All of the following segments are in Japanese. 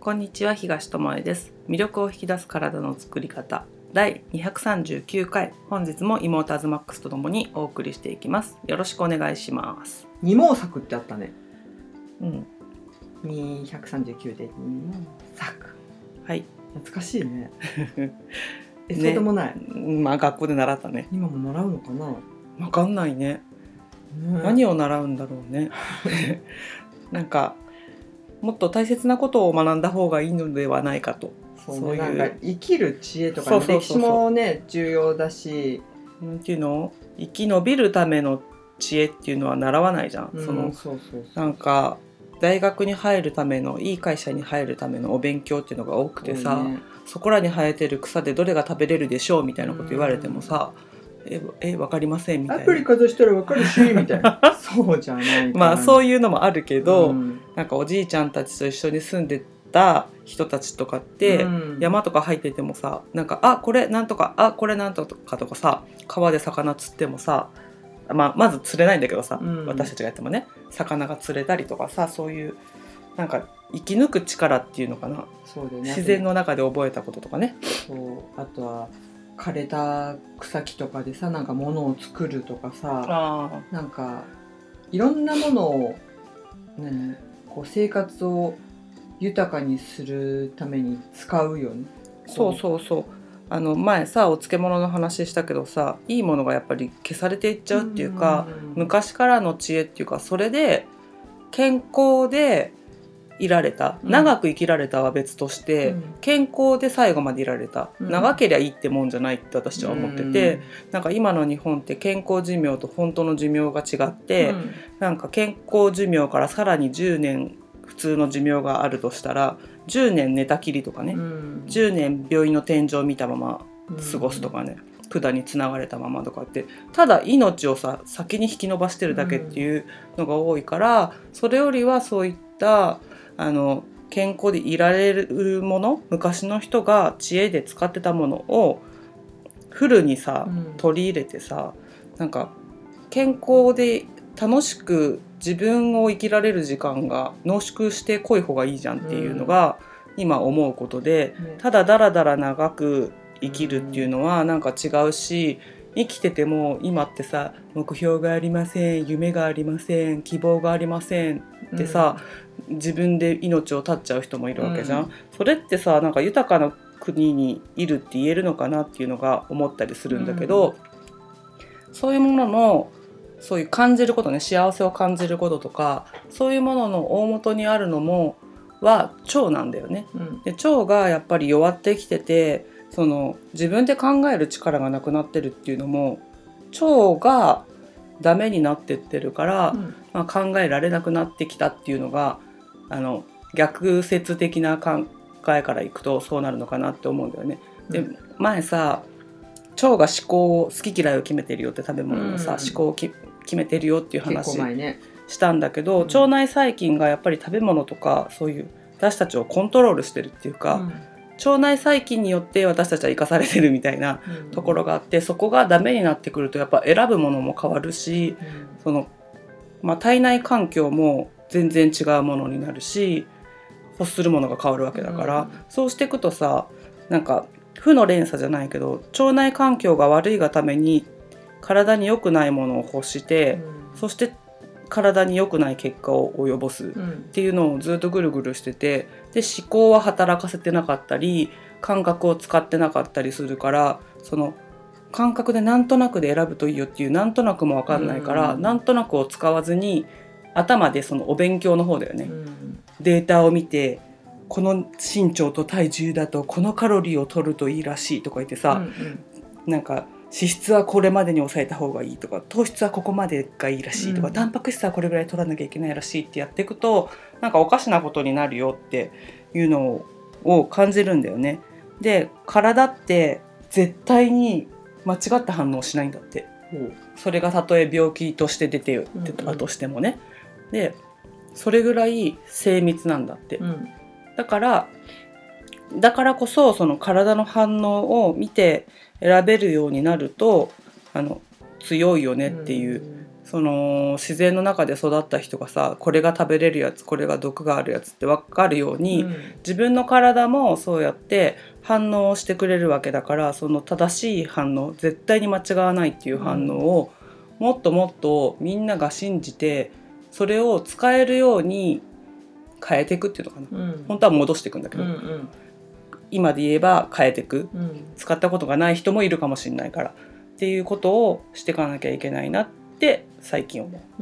こんにちは、東智恵です。魅力を引き出す体の作り方第239回、本日も妹アズマックスとともにお送りしていきます。よろしくお願いします。 二毛作ってあったね。239で二毛作。 はい。 懐かしいね。そうでもない。 まあ学校で習ったね。 今も習うのかな。 わかんないね。何を習うんだろうね。なんかもっと大切なことを学んだ方がいいのではないかと。 そういうなんか生きる知恵とか、歴史もね重要だし、 なんていうの、生き延びるための知恵っていうのは習わないじゃん。なんか大学に入るための、いい会社に入るためのお勉強っていうのが多くてさ、そこらに生えてる草でどれが食べれるでしょうみたいなこと言われてもさ、分かりませんみたいな。 アプリかざしたら分かるしみたいな。そうじゃないかな。 まあそういうのもあるけど、なんかおじいちゃんたちと一緒に住んでた人たちとかって、山とか入っててもさ、なんかこれなんとか、これなんとかとかさ、川で魚釣ってもさ、まず釣れないんだけどさ、私たちがやってもね、魚が釣れたりとかさ、そういうなんか生き抜く力っていうのかな。そうだよね、自然の中で覚えたこととかね。 そう、あとは枯れた草木とかでさ、なんか物を作るとかさ、なんかいろんなものをこう生活を豊かにするために使うよね。 そう前さお漬物の話したけどさ、いいものがやっぱり消されていっちゃうっていうか、昔からの知恵っていうか、それで健康でいられた、長く生きられたは別として、健康で最後までいられた、長けりゃいいってもんじゃないって私は思ってて、なんか今の日本って健康寿命と本当の寿命が違って、なんか健康寿命からさらに10年普通の寿命があるとしたら、10年寝たきりとかね、10年病院の天井を見たまま過ごすとかね、管につながれたままとかって、ただ命をさ先に引き延ばしてるだけっていうのが多いから、それよりはそういった健康でいられるもの、昔の人が知恵で使ってたものをフルにさ取り入れてさ、なんか健康で楽しく自分を生きられる時間が濃縮して濃い方がいいじゃんっていうのが今思うことで、ただだらだら長く生きるっていうのはなんか違うし、生きてても今ってさ、目標がありません、夢がありません、希望がありませんってさ、自分で命を絶っちゃう人もいるわけじゃん。それってさ、なんか豊かな国にいるって言えるのかなっていうのが思ったりするんだけど、そういうもののそういう感じることね、幸せを感じることとか、そういうものの大元にあるのもは腸なんだよね。で、腸がやっぱり弱ってきてて、その自分で考える力がなくなってるっていうのも、腸がダメになってってるから、考えられなくなってきたっていうのが逆説的な考えからいくとそうなるのかなって思うんだよね。で、前さ、腸が思考を好き嫌いを決めてるよって、食べ物のさ、思考を決めてるよっていう話したんだけど、腸内細菌がやっぱり食べ物とかそういう私たちをコントロールしてるっていうか、腸内細菌によって私たちは生かされてるみたいなところがあって、そこがダメになってくるとやっぱ選ぶものも変わるし、その体内環境も全然違うものになるし、欲するものが変わるわけだから、そうしていくとさ、なんか負の連鎖じゃないけど、腸内環境が悪いがために体に良くないものを欲して、そして体に良くない結果を及ぼすっていうのをずっとぐるぐるしてて、で思考は働かせてなかったり、感覚を使ってなかったりするから、その感覚でなんとなくで選ぶといいよっていう、なんとなくも分かんないから、なんとなくを使わずに頭でそのお勉強の方だよね、データを見て、この身長と体重だとこのカロリーを取るといいらしいとか言ってさ、なんか脂質はこれまでに抑えた方がいいとか、糖質はここまでがいいらしいとか、タンパク質はこれぐらい取らなきゃいけないらしいってやっていくと、なんかおかしなことになるよっていうのを感じるんだよね。で、体って絶対に間違った反応しないんだって。それがたとえ病気として出てたとしてもね。で、それぐらい精密なんだって。だからこそ、その体の反応を見て選べるようになると強いよねっていう、 その自然の中で育った人がさ、これが食べれるやつ、これが毒があるやつって分かるように、自分の体もそうやって反応してくれるわけだから、その正しい反応、絶対に間違わないっていう反応をもっともっとみんなが信じて、それを使えるように変えていくっていうのかな、本当は戻していくんだけど、今で言えば変えていく、使ったことがない人もいるかもしれないからっていうことをしていかなきゃいけないなって最近思う。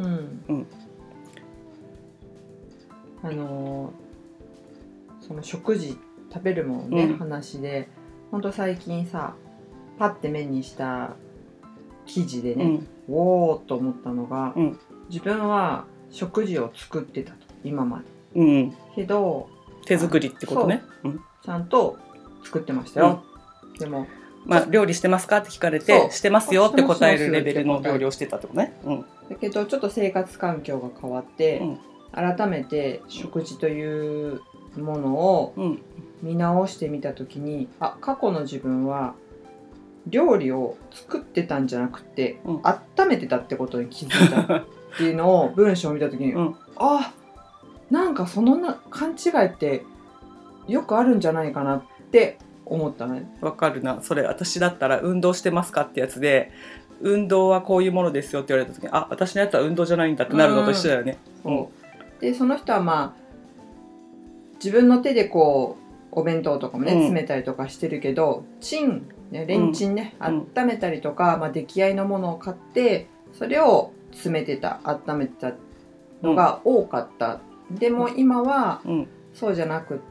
その食事食べるもんね、話でほんと最近さパッて目にした記事でね、おーっと思ったのが、自分は食事を作ってたと今まで、けど手作りってことね、 ちゃんと作ってましたよ、でも料理してますかって聞かれてしてますよって答えるレベルの料理をしてたってことね、 だけどちょっと生活環境が変わって、改めて食事というものを見直してみた時に、過去の自分は料理を作ってたんじゃなくて、温めてたってことに気づいたっていうのを文章を見た時に、なんかその勘違いってよくあるんじゃないかなって思ったね。 わかるな。それ私だったら運動してますかってやつで、運動はこういうものですよって言われた時に、私のやつは運動じゃないんだってなるのと一緒だよね。 でその人は自分の手でこうお弁当とかもね、詰めたりとかしてるけど、レンチンね、温めたりとか、出来合いのものを買ってそれを詰めてた、温めてたのが多かった。でも今はそうじゃなくって、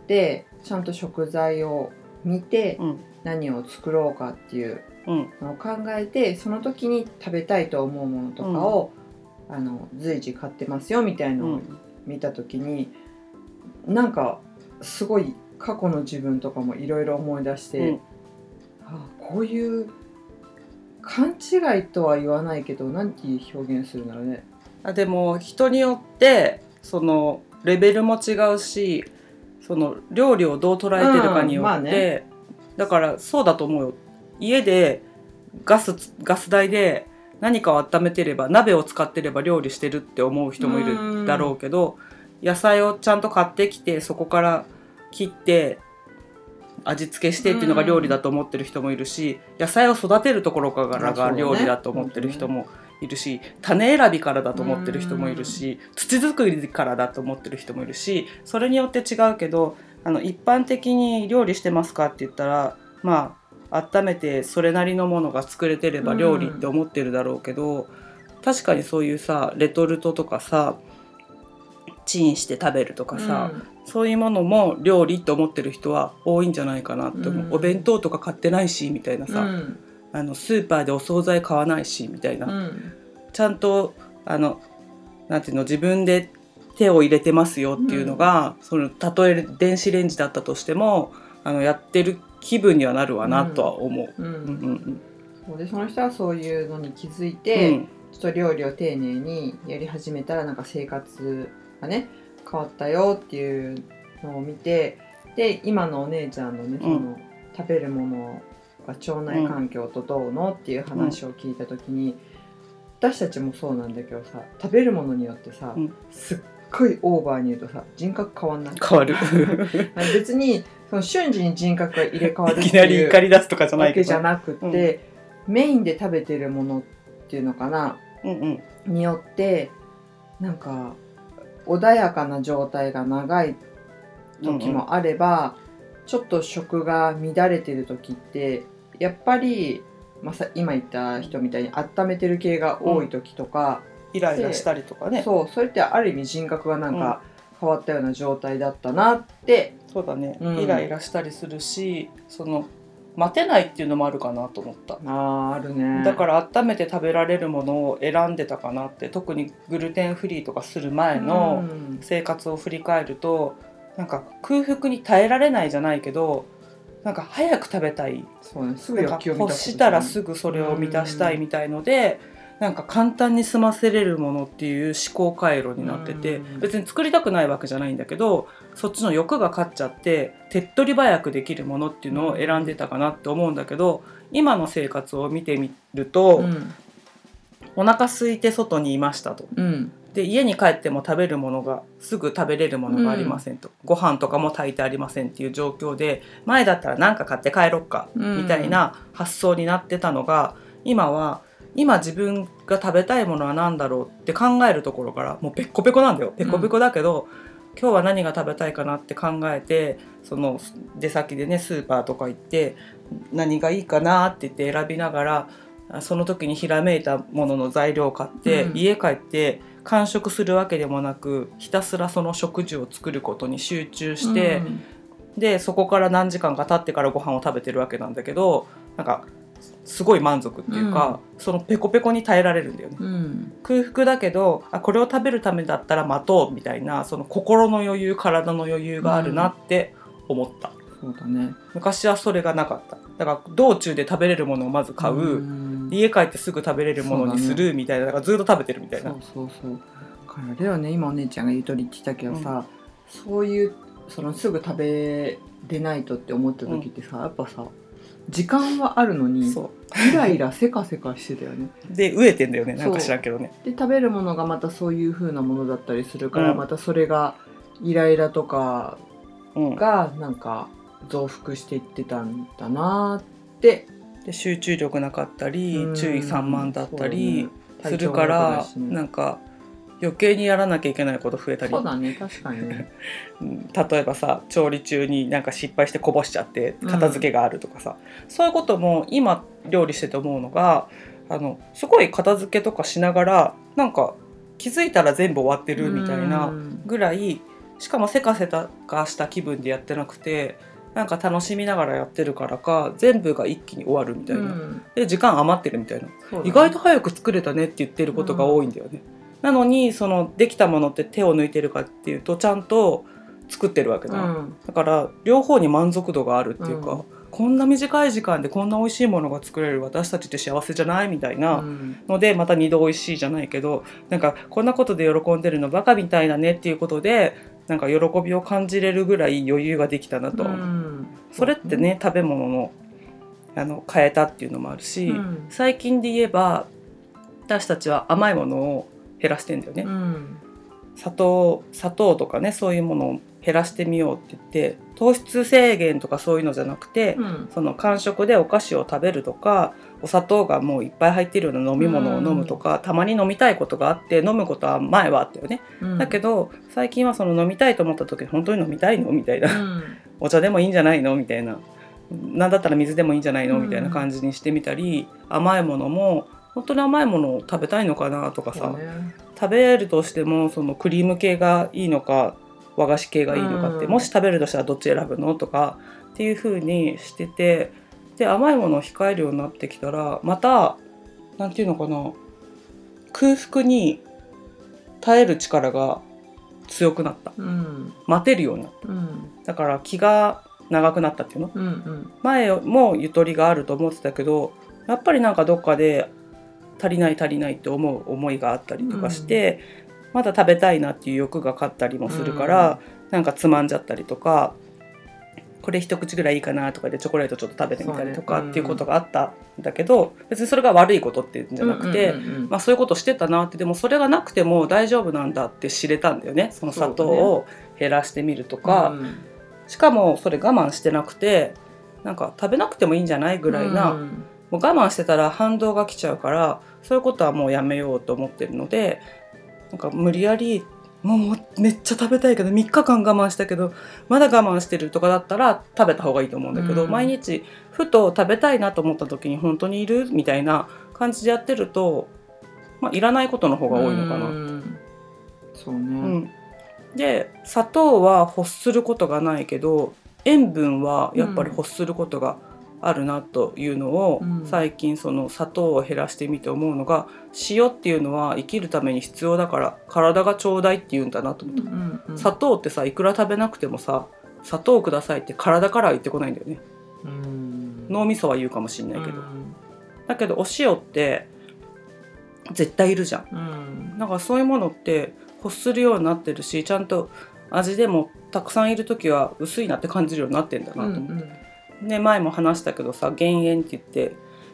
ちゃんと食材を見て何を作ろうかっていうのを考えて、その時に食べたいと思うものとかを、随時買ってますよみたいなのを見た時に、なんかすごい過去の自分とかもいろいろ思い出して、こういう勘違いとは言わないけど、なんていう表現するんだろうね。 でも人によってそのレベルも違うし、その料理をどう捉えてるかによって、だからそうだと思うよ。家でガス台で何かを温めてれば、鍋を使ってれば料理してるって思う人もいるだろうけど、野菜をちゃんと買ってきてそこから切って味付けしてっていうのが料理だと思ってる人もいるし、野菜を育てるところからが料理だと思ってる人もいるし、種選びからだと思ってる人もいるし、土作りからだと思ってる人もいるし、それによって違うけど、一般的に料理してますかって言ったら、温めてそれなりのものが作れてれば料理って思ってるだろうけど、確かにそういうさレトルトとかさ、チンして食べるとかさ、そういうものも料理って思ってる人は多いんじゃないかなって思う。お弁当とか買ってないしみたいなさ、スーパーでお惣菜買わないしみたいな、ちゃんとなんていうの、自分で手を入れてますよっていうのが、そのたとえ電子レンジだったとしてもやってる気分にはなるわなとは思う。 でその人はそういうのに気づいて、ちょっと料理を丁寧にやり始めたら、なんか生活がね変わったよっていうのを見て、で今のお姉ちゃんのね、その食べるものが腸内環境とどうのっていう話を聞いた時に、私たちもそうなんだけどさ、食べるものによってさ、すっごいオーバーに言うとさ、人格変わんない？ 変わる別にその瞬時に人格が入れ替わるっていういきなり怒り出すとかじゃないわけじゃなくて、メインで食べてるものっていうのかな、によってなんか穏やかな状態が長い時もあれば、ちょっと食が乱れてる時ってやっぱり、今言った人みたいに温めてる系が多い時とか、 イライラしたりとかね。 それってある意味人格がなんか変わったような状態だったなって。 そうだね、イライラしたりするし、その待てないっていうのもあるかなと思った。 あるね。 だから温めて食べられるものを選んでたかなって。特にグルテンフリーとかする前の生活を振り返ると、なんか空腹に耐えられないじゃないけど、なんか早く食べたい、 すぐ欲求を満たす、 欲したらすぐそれを満たしたいみたいので、なんか簡単に済ませれるものっていう思考回路になってて、別に作りたくないわけじゃないんだけど、そっちの欲が勝っちゃって手っ取り早くできるものっていうのを選んでたかなって思うんだけど、今の生活を見てみると、 お腹空いて外にいましたと、で家に帰っても食べるものがすぐ食べれるものがありませんと、ご飯とかも炊いてありませんっていう状況で、前だったら何か買って帰ろっかみたいな発想になってたのが、今自分が食べたいものは何だろうって考えるところからもうペッコペコなんだよ。ペコペコだけど、今日は何が食べたいかなって考えて、その出先でねスーパーとか行って何がいいかなって言って選びながら、その時にひらめいたものの材料を買って、家帰って完食するわけでもなく、ひたすらその食事を作ることに集中して、でそこから何時間か経ってからご飯を食べてるわけなんだけど、なんかすごい満足っていうか、そのペコペコに耐えられるんだよね、空腹だけどこれを食べるためだったら待とうみたいな、その心の余裕体の余裕があるなって思った、 そうだね。 昔はそれがなかった。だから道中で食べれるものをまず買う、家帰ってすぐ食べれるものにするみたいな、だからずっと食べてるみたいな。 そうからだよね。今お姉ちゃんが言う通りって言ったけどさ、そういうそのすぐ食べれないとって思った時ってさ、やっぱさ時間はあるのにイライラせかせかしてたよね。 で飢えてんだよね、なんか知らんけどね。 で食べるものがまたそういう風なものだったりするから、またそれがイライラとかがなんか増幅していってたんだなって。 で集中力なかったり注意散漫だったりするから、なんか余計にやらなきゃいけないこと増えたり。 そうだね、確かにね例えばさ、調理中になんか失敗してこぼしちゃって片付けがあるとかさ、そういうことも今料理してて思うのが、すごい片付けとかしながらなんか気づいたら全部終わってるみたいなぐらい、しかもせかせかした気分でやってなくて、なんか楽しみながらやってるからか全部が一気に終わるみたいな、で時間余ってるみたいな、意外と早く作れたねって言ってることが多いんだよね。なのにそのできたものって手を抜いてるかっていうとちゃんと作ってるわけだ、だから両方に満足度があるっていうか、こんな短い時間でこんな美味しいものが作れる私たちって幸せじゃないみたいなので、また二度美味しいじゃないけど、なんかこんなことで喜んでるのバカみたいだねっていうことでなんか喜びを感じれるぐらい余裕ができたなと、それってね食べ物の変えたっていうのもあるし、最近で言えば私たちは甘いものを減らしてんだよね、砂糖とかね、そういうものを減らしてみようって言って糖質制限とかそういうのじゃなくて、その間食でお菓子を食べるとか、お砂糖がもういっぱい入っているような飲み物を飲むとか、たまに飲みたいことがあって飲むことは前はあったよね、だけど最近はその飲みたいと思った時に本当に飲みたいのみたいな、お茶でもいいんじゃないのみたいな、なんだったら水でもいいんじゃないのみたいな感じにしてみたり、甘いものも本当に甘いものを食べたいのかなとかさ、食べるとしてもそのクリーム系がいいのか和菓子系がいいのかって、もし食べるとしたらどっち選ぶのとかっていう風にしてて、で甘いものを控えるようになってきたらまたなんていうのかな、空腹に耐える力が強くなった、待てるようになった、だから気が長くなったっていうの、前もゆとりがあると思ってたけど、やっぱりなんかどっかで足りないって思う思いがあったりとかして、まだ食べたいなっていう欲が勝ったりもするから、なんかつまんじゃったりとか、これ一口ぐらいいいかなとかでチョコレートちょっと食べてみたりとかっていうことがあったんだけど、別にそれが悪いことっていうんじゃなくて、そういうことしてたなって、でもそれがなくても大丈夫なんだって知れたんだよね。その砂糖を減らしてみるとか、しかもそれ我慢してなくて、なんか食べなくてもいいんじゃないぐらいな、もう我慢してたら反動が来ちゃうから、そういうことはもうやめようと思ってるので、なんか無理やりもうめっちゃ食べたいけど3日間我慢したけどまだ我慢してるとかだったら食べた方がいいと思うんだけど、毎日ふと食べたいなと思った時に本当にいるみたいな感じでやってると、いらないことの方が多いのかな。 そうね、 で砂糖は欲することがないけど塩分はやっぱり欲することがあるなというのを、最近その砂糖を減らしてみて思うのが、塩っていうのは生きるために必要だから体がちょうだいって言うんだなと思った、砂糖ってさ、いくら食べなくてもさ、砂糖くださいって体からは言ってこないんだよね。脳みそは言うかもしんないけど、だけどお塩って絶対いるじゃん、だからそういうものって欲するようになってるし、ちゃんと味でもたくさんいるときは薄いなって感じるようになってんだなと思って、前も話したけどさ、減塩って言って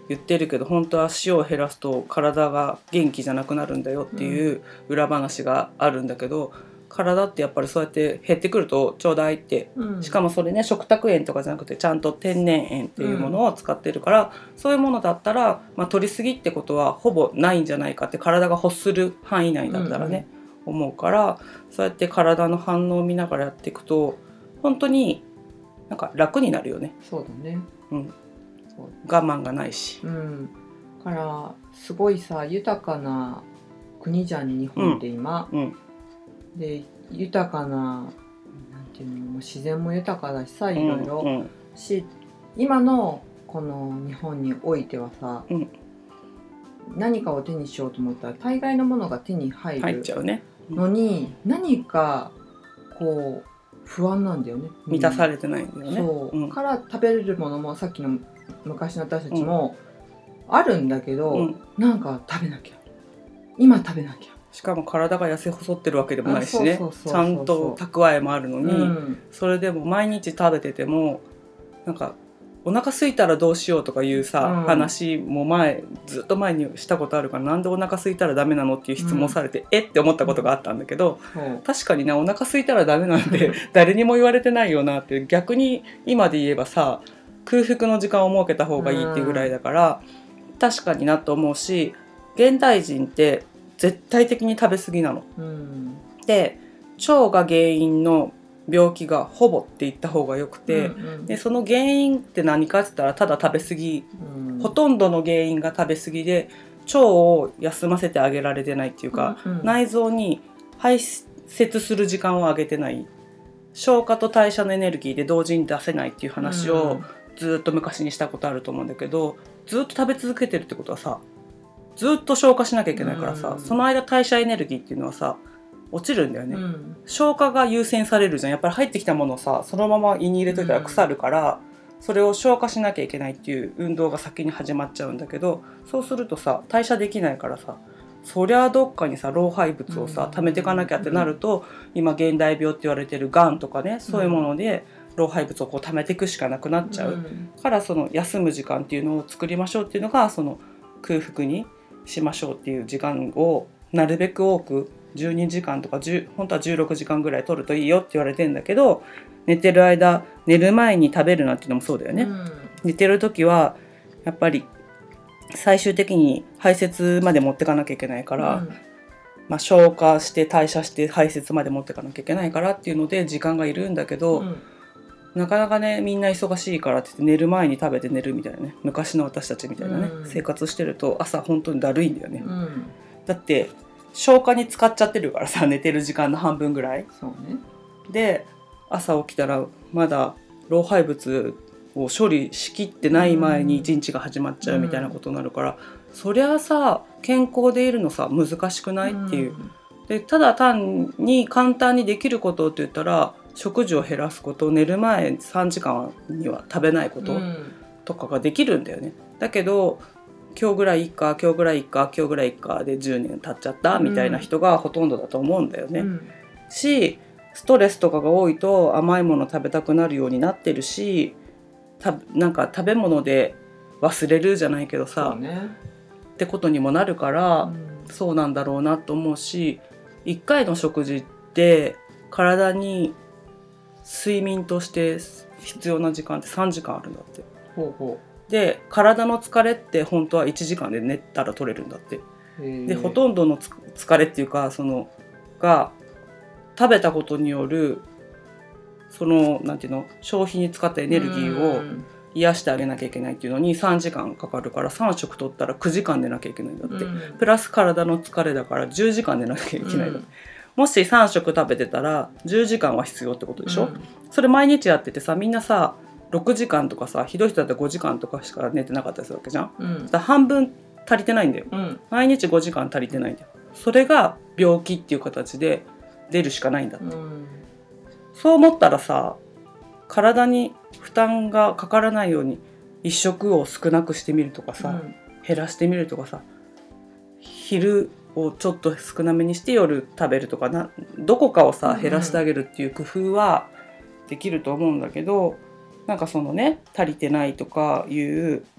言ってるけど本当は塩を減らすと体が元気じゃなくなるんだよっていう裏話があるんだけど、体ってやっぱりそうやって減ってくるとちょうだいって、しかもそれね食卓塩とかじゃなくてちゃんと天然塩っていうものを使ってるから、そういうものだったら、取りすぎってことはほぼないんじゃないかって、体が欲する範囲内だったらね、思うから、そうやって体の反応を見ながらやっていくと本当になんか楽になるよね。 そうだね、 我慢がないし、 だからすごいさ豊かな国じゃん日本って今、で豊かななんていうの、自然も豊かだしさ、いろいろし、今のこの日本においてはさ、何かを手にしようと思ったら大概のものが手に入るのに、何かこう不安なんだよね。 満たされてないんだよね。 そう、から食べれるものもさっきの昔の私たちもあるんだけど、なんか食べなきゃ、今食べなきゃ。 しかも体が痩せ細ってるわけでもないしね、ちゃんと蓄えもあるのに、それでも毎日食べててもなんかお腹空いたらどうしようとかいうさ、話もずっと前にしたことあるから、なんでお腹空いたらダメなのっていう質問されて、って思ったことがあったんだけど、確かにねお腹空いたらダメなんて誰にも言われてないよなって、逆に今で言えばさ空腹の時間を設けた方がいいっていうぐらいだから、確かになと思うし、現代人って絶対的に食べ過ぎなの、で腸が原因の病気がほぼって言った方がよくて、でその原因って何かって言ったらただ食べ過ぎ、ほとんどの原因が食べ過ぎで、腸を休ませてあげられてないっていうか、内臓に排泄する時間をあげてない、消化と代謝のエネルギーで同時に出せないっていう話をずっと昔にしたことあると思うんだけど、ずっと食べ続けてるってことはさずっと消化しなきゃいけないからさ、その間代謝エネルギーっていうのはさ落ちるんだよね、消化が優先されるじゃん。やっぱり入ってきたものをさそのまま胃に入れといたら腐るから、それを消化しなきゃいけないっていう運動が先に始まっちゃうんだけど、そうするとさ代謝できないからさ、そりゃどっかにさ老廃物をさ溜めていかなきゃってなると、今現代病って言われてるがんとかね、そういうもので老廃物をこう溜めていくしかなくなっちゃう、から、その休む時間っていうのを作りましょうっていうのが、その空腹にしましょうっていう時間をなるべく多く12時間とか本当は16時間ぐらい取るといいよって言われてんだけど、寝てる間、寝る前に食べるなっていうのもそうだよね、寝てる時はやっぱり最終的に排泄まで持ってかなきゃいけないから、消化して代謝して排泄まで持ってかなきゃいけないからっていうので時間がいるんだけど、なかなかねみんな忙しいからって言って寝る前に食べて寝るみたいなね、昔の私たちみたいなね、生活してると朝本当にだるいんだよね、だって消化に使っちゃってるからさ、寝てる時間の半分ぐらい、で朝起きたらまだ老廃物を処理しきってない前に一日が始まっちゃうみたいなことになるから、そりゃさ健康でいるのさ難しくないっていう、でただ単に簡単にできることって言ったら食事を減らすこと、寝る前3時間には食べないこととかができるんだよね、だけど今日ぐらいいいか今日ぐらいいいか今日ぐらいいいかで10年経っちゃったみたいな人がほとんどだと思うんだよね、しストレスとかが多いと甘いもの食べたくなるようになってるし、なんか食べ物で忘れるじゃないけどさ、ってことにもなるから、そうなんだろうなと思うし、1回の食事って体に睡眠として必要な時間って3時間あるんだって。で体の疲れって本当は1時間で寝たら取れるんだって。でほとんどの疲れっていうかそのが食べたことによるそのなんていうの消費に使ったエネルギーを癒してあげなきゃいけないっていうのに3時間かかるから、3食取ったら9時間寝なきゃいけないんだって、プラス体の疲れだから10時間寝なきゃいけないんだって、もし3食食べてたら10時間は必要ってことでしょ、それ毎日やっててさ、みんなさ6時間とかさ、ひどい人だったら5時間とかしか寝てなかったりするわけじゃん、だから半分足りてないんだよ、毎日5時間足りてないんだよ。それが病気っていう形で出るしかないんだって、そう思ったらさ体に負担がかからないように1食を少なくしてみるとかさ、減らしてみるとかさ、昼をちょっと少なめにして夜食べるとかどこかをさ減らしてあげるっていう工夫はできると思うんだけど、なんかそのね足りてないとかいう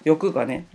欲がね、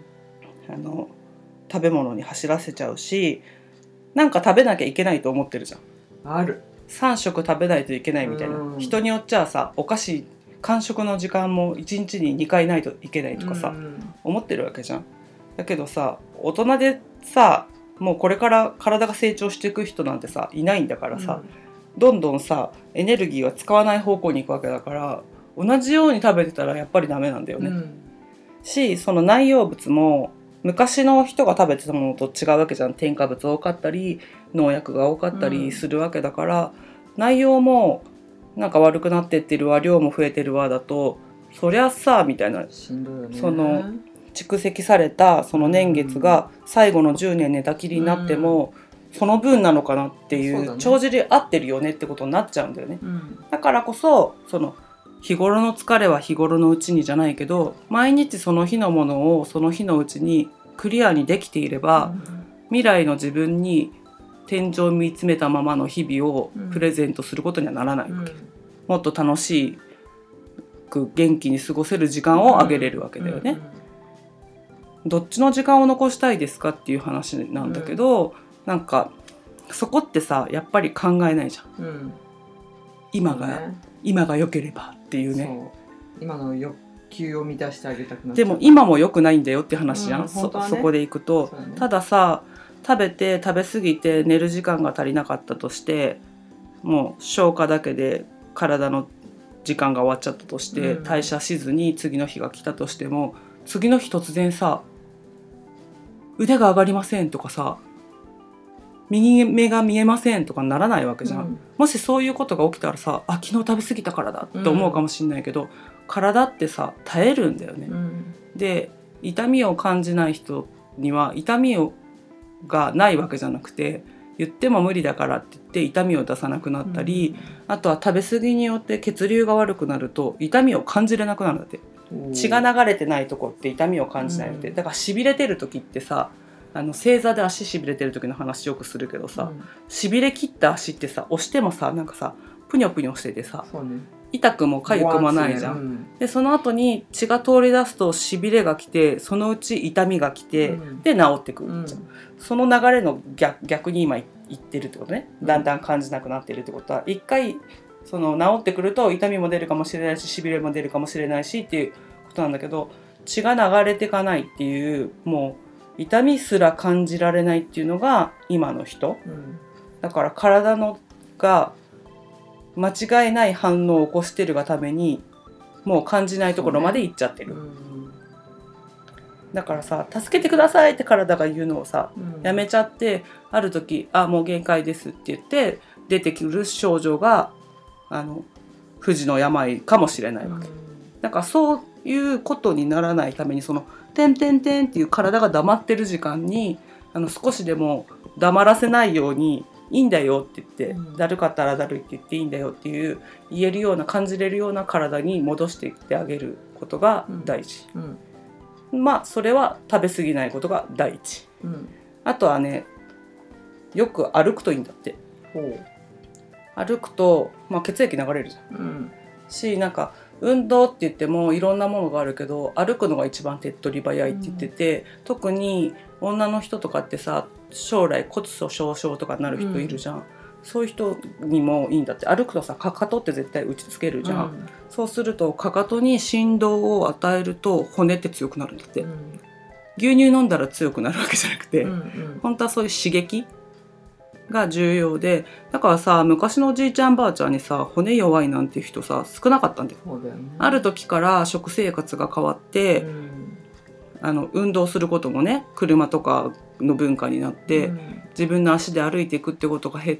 食べ物に走らせちゃうし、なんか食べなきゃいけないと思ってるじゃん。 ある。 3食食べないといけないみたいな、人によっちゃさ、お菓子間食の時間も1日に2回ないといけないとかさ、思ってるわけじゃん。だけどさ、大人でさ、もうこれから体が成長していく人なんてさいないんだからさ、どんどんさエネルギーは使わない方向に行くわけだから、同じように食べてたらやっぱりダメなんだよね、し、その内容物も昔の人が食べてたものと違うわけじゃん。添加物多かったり農薬が多かったりするわけだから、内容もなんか悪くなってってるわ、量も増えてるわだと、そりゃさみたいな、 しんどいよね。 その蓄積されたその年月が最後の10年寝たきりになっても、その分なのかなっていう、帳尻合ってるよねってことになっちゃうんだよね、だからこそ、その日頃の疲れは日頃のうちにじゃないけど、毎日その日のものをその日のうちにクリアにできていれば、未来の自分に天井を見つめたままの日々をプレゼントすることにはならないわけ、もっと楽しく元気に過ごせる時間をあげれるわけだよね、どっちの時間を残したいですかっていう話なんだけど、なんかそこってさやっぱり考えないじゃん、今が良ければっていうね。 そう、今の欲求を満たしてあげたくなっちゃう。 でも今も良くないんだよって話じゃん、そこでいくと、たださ、食べ過ぎて寝る時間が足りなかったとして、もう消化だけで体の時間が終わっちゃったとして、代謝しずに次の日が来たとしても、次の日突然さ、腕が上がりませんとかさ、右目が見えませんとかならないわけじゃん、もしそういうことが起きたらさ、あ、昨日食べ過ぎたからだって思うかもしれないけど、体ってさ耐えるんだよね、で痛みを感じない人には痛みがないわけじゃなくて、言っても無理だからって言って痛みを出さなくなったり、あとは食べ過ぎによって血流が悪くなると痛みを感じれなくなるんだって。血が流れてないとこって痛みを感じないので、だから痺れてる時ってさ、正座で足痺れてる時の話よくするけどさ、痺れ切った足ってさ、押してもさ、なんかさプニョプニョしててさ、痛くも痒くもないじゃん、でその後に血が通り出すと痺れが来て、そのうち痛みが来て、で治ってくるじゃん、その流れの逆に今言ってるってことね。だんだん感じなくなってるってことは、一回その治ってくると痛みも出るかもしれないし、痺れも出るかもしれないしっていうことなんだけど、血が流れていかないっていう、もう痛みすら感じられないっていうのが今の人、だから体が間違いない反応を起こしてるがために、もう感じないところまで行っちゃってる、だからさ、助けてくださいって体が言うのをさ、やめちゃって、ある時、あ、もう限界ですって言って出てくる症状が不治の病かもしれないわけ、だからそういうことにならないために、そのてんてんてんっていう体が黙ってる時間に少しでも黙らせないように、いいんだよって言って、だるかったらだるいって言っていいんだよっていう言えるような、感じれるような体に戻していってあげることが大事、まあそれは食べ過ぎないことが第一、あとはね、よく歩くといいんだって。歩くと、血液流れるじゃん、し、なんか運動って言ってもいろんなものがあるけど、歩くのが一番手っ取り早いって言ってて、特に女の人とかってさ、将来骨粗しょう症とかになる人いるじゃん、そういう人にもいいんだって。歩くとさ、かかとって絶対打ちつけるじゃん、そうするとかかとに振動を与えると骨って強くなるんだって、牛乳飲んだら強くなるわけじゃなくて、本当はそういう刺激が重要で、だからさ、昔のおじいちゃんばあちゃんにさ、骨弱いなんていう人さ少なかったんだよ。 そうだよね。 ある時から食生活が変わって、運動することもね、車とかの文化になって、自分の足で歩いていくってことが減って、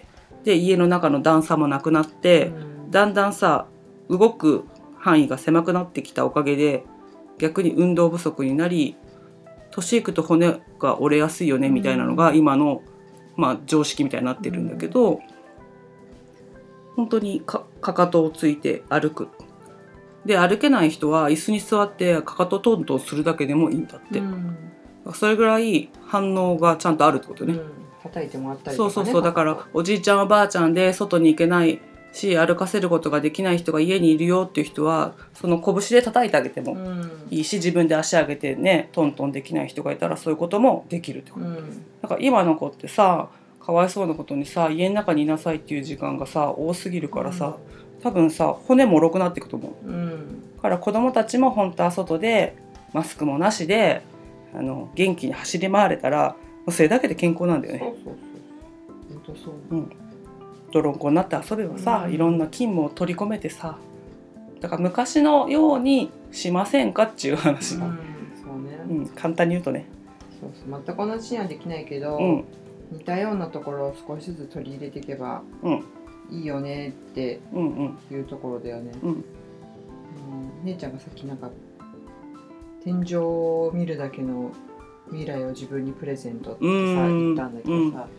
で家の中の段差もなくなって、だんだんさ動く範囲が狭くなってきたおかげで、逆に運動不足になり、年いくと骨が折れやすいよねみたいなのが今の常識みたいになってるんだけど、本当に かかとをついて歩く。で歩けない人は椅子に座ってかかとトントンするだけでもいいんだって、それぐらい反応がちゃんとあるってことね、 叩いてもらったりとかね。 そうだからおじいちゃんおばあちゃんで外に行けないし歩かせることができない人が家にいるよっていう人はその拳で叩いてあげてもいいし、自分で足上げてねトントンできない人がいたらそういうこともできるってこと、だから今の子ってさかわいそうなことにさ家の中にいなさいっていう時間がさ多すぎるからさ、多分さ骨もろくなっていくと思う、だから子供たちも本当は外でマスクもなしで元気に走り回れたらそれだけで健康なんだよね。 そうそう、 泥んこになって遊べばさ、いろんな菌も取り込めてさ、だから昔のようにしませんかっていう話だ、そうね、簡単に言うとね、 そう全く同じにはできないけど、似たようなところを少しずつ取り入れていけばいいよねっていうところだよね。姉ちゃんがさっきなんか天井を見るだけの未来を自分にプレゼントってさ言ったんだけどさ、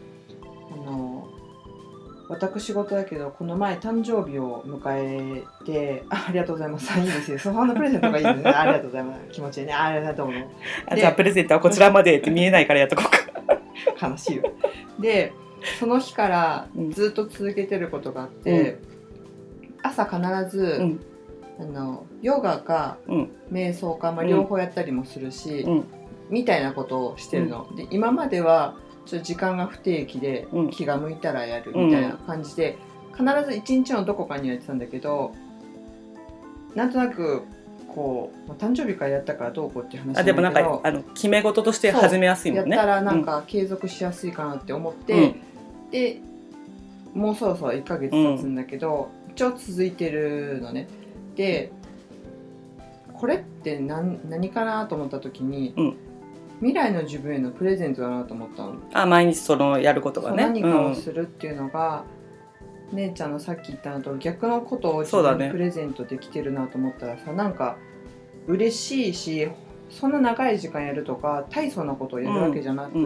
私事だけどこの前誕生日を迎えて ありがとうございますいいですよそんなプレゼントがいいですねありがとうございます気持ちいいねありがとうございますじゃあプレゼントはこちらまでって見えないからやっとこうか悲しいよ。でその日からずっと続けてることがあって、朝必ず、ヨガか、瞑想か、両方やったりもするし、みたいなことをしてるの、で今まではちょっと時間が不定期で、気が向いたらやるみたいな感じで、必ず一日のどこかにやってたんだけど、なんとなくこう誕生日からやったからどうこうっていう話なんだけど、 でもなんか決め事として始めやすいもんね。 やったらなんか継続しやすいかなって思って、でもうそろそろ1ヶ月経つんだけど、一応続いてるのね。でこれって何かなと思った時に、未来の自分へのプレゼントだなと思ったの。 毎日そのやることがね、 何かをするっていうのが、姉ちゃんのさっき言ったのと逆のことを自分にプレゼントできてるなと思ったらさ、なんか嬉しいし、そんな長い時間やるとか大層なことをやるわけじゃなくって、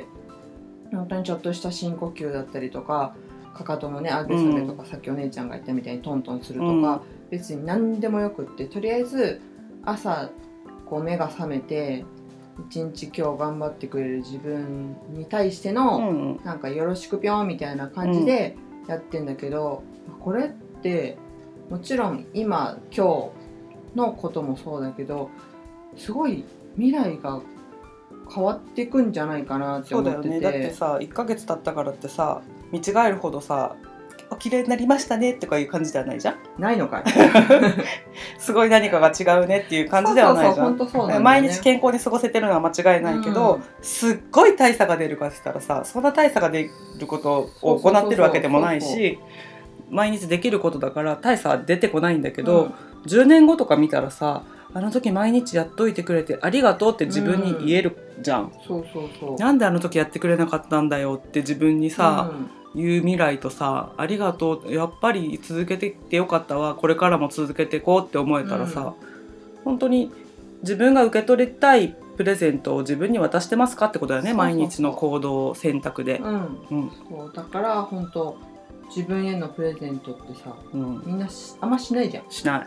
本当にちょっとした深呼吸だったりとか、かかとのね上げ下げとか、さっきお姉ちゃんが言ったみたいにトントンするとか、別に何でもよくって、とりあえず朝こう目が覚めて一日今日頑張ってくれる自分に対しての、なんかよろしくぴょんみたいな感じでやってんだけど、これってもちろん今日のこともそうだけど、すごい未来が変わっていくんじゃないかなって思ってて。 そうだよね。だってさ1ヶ月経ったからってさ見違えるほどさお綺麗になりましたねとかいう感じではないじゃん。 ないのかいすごい何かが違うねっていう感じではないじゃん。 そうそう、ね、 毎日健康に過ごせてるのは間違いないけど、すっごい大差が出るかって言ったらさ、そんな大差が出ることを行ってるわけでもないし、毎日できることだから大差は出てこないんだけど、10年後とか見たらさ、あの時毎日やっといてくれてありがとうって自分に言えるじゃん。なんであの時やってくれなかったんだよって自分にさ、言う未来とさ、ありがとう、やっぱり続けてきてよかったわ、これからも続けていこうって思えたらさ、本当に自分が受け取りたいプレゼントを自分に渡してますかってことだよね。毎日の行動選択で、 そうだから本当自分へのプレゼントってさ、みんなあんましないじゃん。 しない。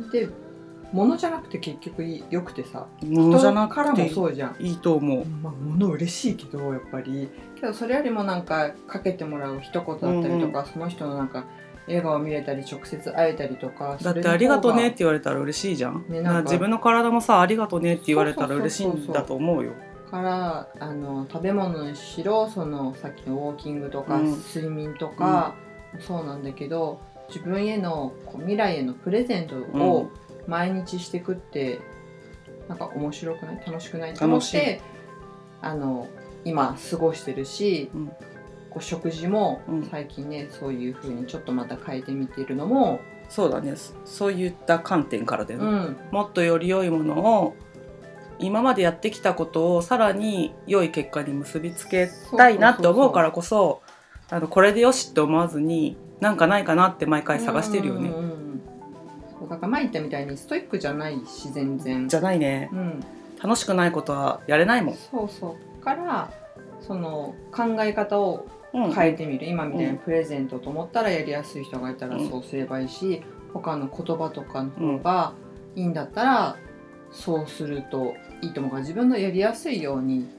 で物じゃなくて結局よくてさ、 物じゃなくて人からもそうじゃん。 いいと思う。 物嬉しいけどやっぱり、けどそれよりもなんかかけてもらう一言だったりとか、その人のなんか笑顔見れたり直接会えたりとか、 だってありがとうねって言われたら嬉しいじゃん。自分の体もさありがとうねって言われたら嬉しいんだと思うよ。 から食べ物にしろ、そのさっきのウォーキングとか、睡眠とか、そうなんだけど、自分への未来へのプレゼントを毎日していくってなんか面白くない？楽しくない？と思って今過ごしてるし、食事も最近ね、そういう風にちょっとまた変えてみているのも、 そうだね、そういった観点からだよね、もっとより良いものを今までやってきたことをさらに良い結果に結びつけたいなって思うからこそ、これでよしって思わずになんかないかなって毎回探してるよね。 そうだから前言ったみたいにストイックじゃないし、全然じゃないね、楽しくないことはやれないもん。 そうからその考え方を変えてみる、今みたいなプレゼントと思ったらやりやすい人がいたらそうすればいいし、他の言葉とかの方がいいんだったらそうするといいと思うから、自分のやりやすいように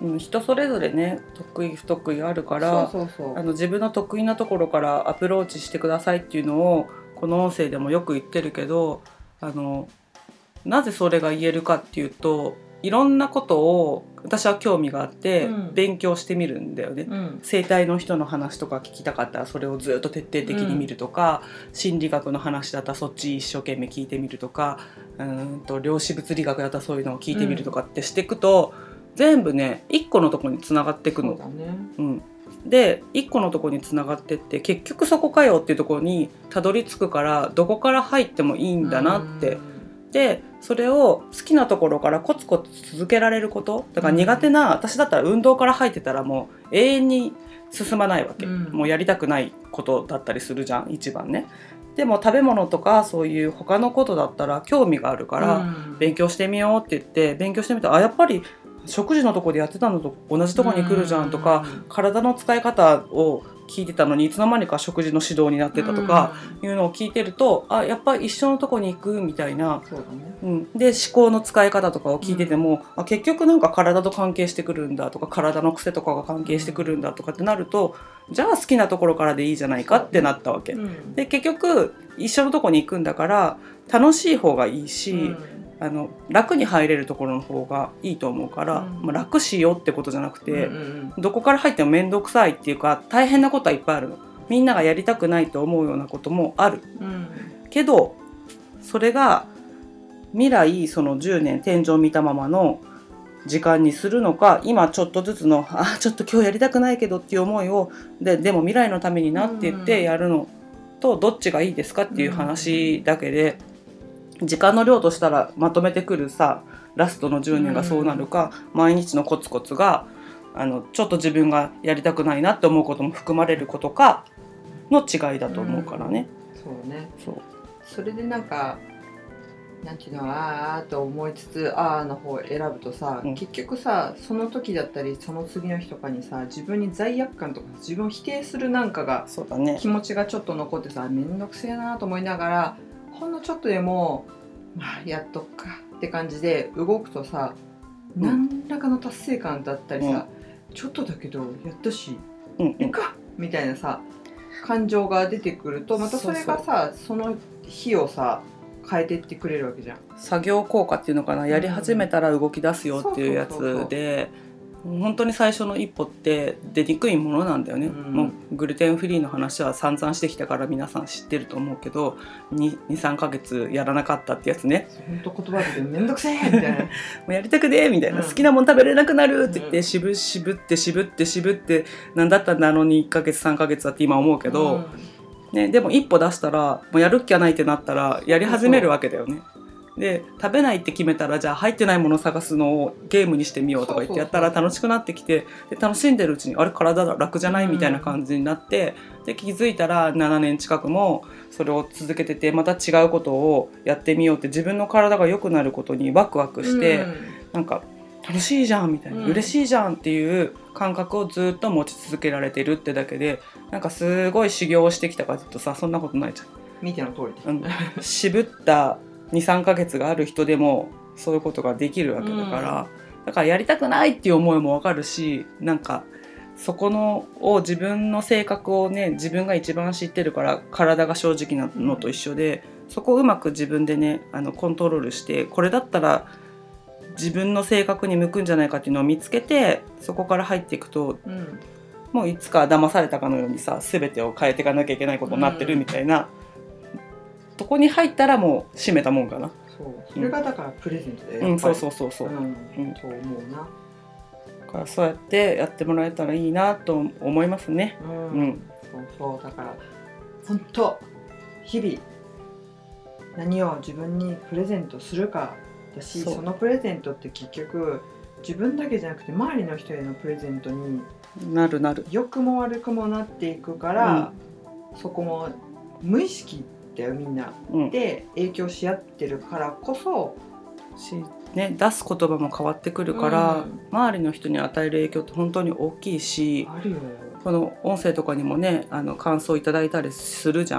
人それぞれね得意不得意あるから自分の得意なところからアプローチしてくださいっていうのをこの音声でもよく言ってるけどなぜそれが言えるかっていうといろんなことを私は興味があって勉強してみるんだよね、生態の人の話とか聞きたかったらそれをずっと徹底的に見るとか、心理学の話だったらそっち一生懸命聞いてみるとか量子物理学だったらそういうのを聞いてみるとかってしていくと、全部ね一個のとこにつながっていくの。で一個のとこにつながってって結局そこかよっていうところにたどり着くからどこから入ってもいいんだなって。でそれを好きなところからコツコツ続けられることだから苦手な、私だったら運動から入ってたらもう永遠に進まないわけ、もうやりたくないことだったりするじゃん一番ね。でも食べ物とかそういう他のことだったら興味があるから勉強してみようって言って勉強してみたらやっぱり食事のとこでやってたのと同じとこに来るじゃんとか、体の使い方を聞いてたのにいつの間にか食事の指導になってたとかいうのを聞いてるとやっぱり一緒のとこに行くみたいな、で思考の使い方とかを聞いてても、結局なんか体と関係してくるんだとか体の癖とかが関係してくるんだとかってなると、じゃあ好きなところからでいいじゃないかってなったわけ、で結局一緒のとこに行くんだから楽しい方がいいし、楽に入れるところの方がいいと思うから、楽しようってことじゃなくて、どこから入っても面倒くさいっていうか大変なことはいっぱいあるの。みんながやりたくないと思うようなこともある、けどそれが未来その10年天井見たままの時間にするのか、今ちょっとずつのちょっと今日やりたくないけどっていう思いをでも未来のためになって言ってやるのとどっちがいいですかっていう話だけで、時間の量としたらまとめてくるさラストの10年がそうなるか、毎日のコツコツがちょっと自分がやりたくないなって思うことも含まれることかの違いだと思うからね。 そうね。それでなんかなんていうのと思いつつの方を選ぶとさ、結局さその時だったりその次の日とかにさ自分に罪悪感とか自分を否定するなんかが、気持ちがちょっと残ってさめんどくせえなと思いながらほんのちょっとでもやっとくかって感じで動くとさ、何らかの達成感だったりさ、ちょっとだけどやったし、いいかみたいなさ感情が出てくるとまたそれがさその日をさ変えていってくれるわけじゃん。 作業効果っていうのかな、やり始めたら動き出すよっていうやつで、本当に最初の一歩って出にくいものなんだよね、もうグルテンフリーの話は散々してきたから皆さん知ってると思うけど 2,3 ヶ月やらなかったってやつね。 本当言葉でめんどくせえみたいなもうやりたくねえみたいな、好きなもん食べれなくなるって言って、渋ってなんだったんだ1ヶ月3ヶ月はって今思うけど、でも一歩出したらもうやるっきゃないってなったらやり始めるわけだよね。で食べないって決めたらじゃあ入ってないものを探すのをゲームにしてみようとか言ってやったら楽しくなってきて、で楽しんでるうちに体楽じゃないみたいな感じになって、で気づいたら7年近くもそれを続けててまた違うことをやってみようって自分の体が良くなることにワクワクして、なんか楽しいじゃんみたいな、嬉しいじゃんっていう感覚をずっと持ち続けられてるってだけでなんかすごい修行をしてきたかというとさそんなことないじゃん。 見ての通りで、 渋った2,3 ヶ月がある人でもそういうことができるわけだから、だからやりたくないっていう思いもわかるし、なんかそこのを自分の性格をね自分が一番知ってるから体が正直なのと一緒で、そこをうまく自分でねコントロールしてこれだったら自分の性格に向くんじゃないかっていうのを見つけてそこから入っていくと、もういつか騙されたかのようにさ全てを変えていかなきゃいけないことになってるみたいな、とこに入ったらもう閉めたもんかな。 それがだからプレゼントで、 そう、 そう思うな。 だからそうやってやってもらえたらいいなと思いますね。 そうだから本当日々何を自分にプレゼントするかだし、そのプレゼントって結局自分だけじゃなくて周りの人へのプレゼントになる良くも悪くもなっていくから、そこも無意識だよみんな、で影響し合ってるからこそね、出す言葉も変わってくるから、周りの人に与える影響って本当に大きいし、 あるよ。 この音声とかにもね感想いただいたりするじゃん。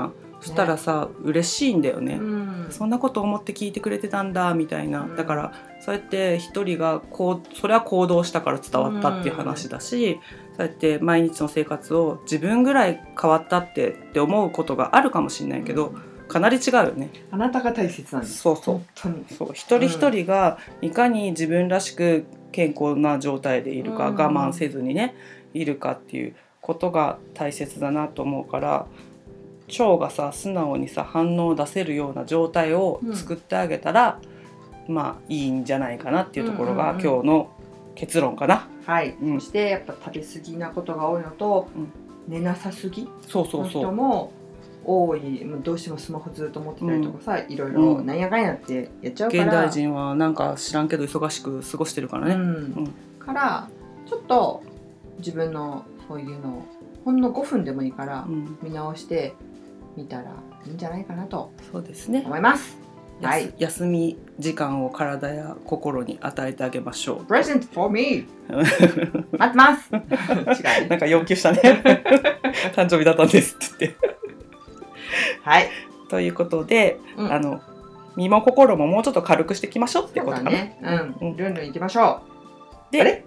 そしたらさ、嬉しいんだよね、そんなこと思って聞いてくれてたんだみたいな。だからそうやって一人がそれは行動したから伝わったっていう話だし、そうやって毎日の生活を自分ぐらい変わったって思うことがあるかもしれないけど、かなり違うよね。 あなたが大切なんです。 そうそう、本当にそう、一人一人がいかに自分らしく健康な状態でいるか、我慢せずにねいるかっていうことが大切だなと思うから、腸がさ素直にさ反応を出せるような状態を作ってあげたら、まあいいんじゃないかなっていうところが今日の結論かな。 はい、そしてやっぱ食べ過ぎなことが多いのと、寝なさすぎの人も多い。どうしてもスマホずっと持ってたりとかさ、いろいろなんやかんやってやっちゃうから、 現代人はなんか知らんけど忙しく過ごしてるからね、 からちょっと自分のそういうのをほんの5分でもいいから見直してみたらいいんじゃないかなと思います。はい、 休み時間を体や心に与えてあげましょう。 Present for me 待ってます違うなんか要求したね誕生日だったんですって言ってはいということで、身も心ももうちょっと軽くしていきましょうってことかな。 ね、ルンルンいきましょう。 で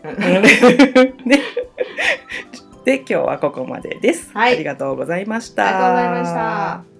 で今日はここまでです。ありがとうございました。 ありがとうございました。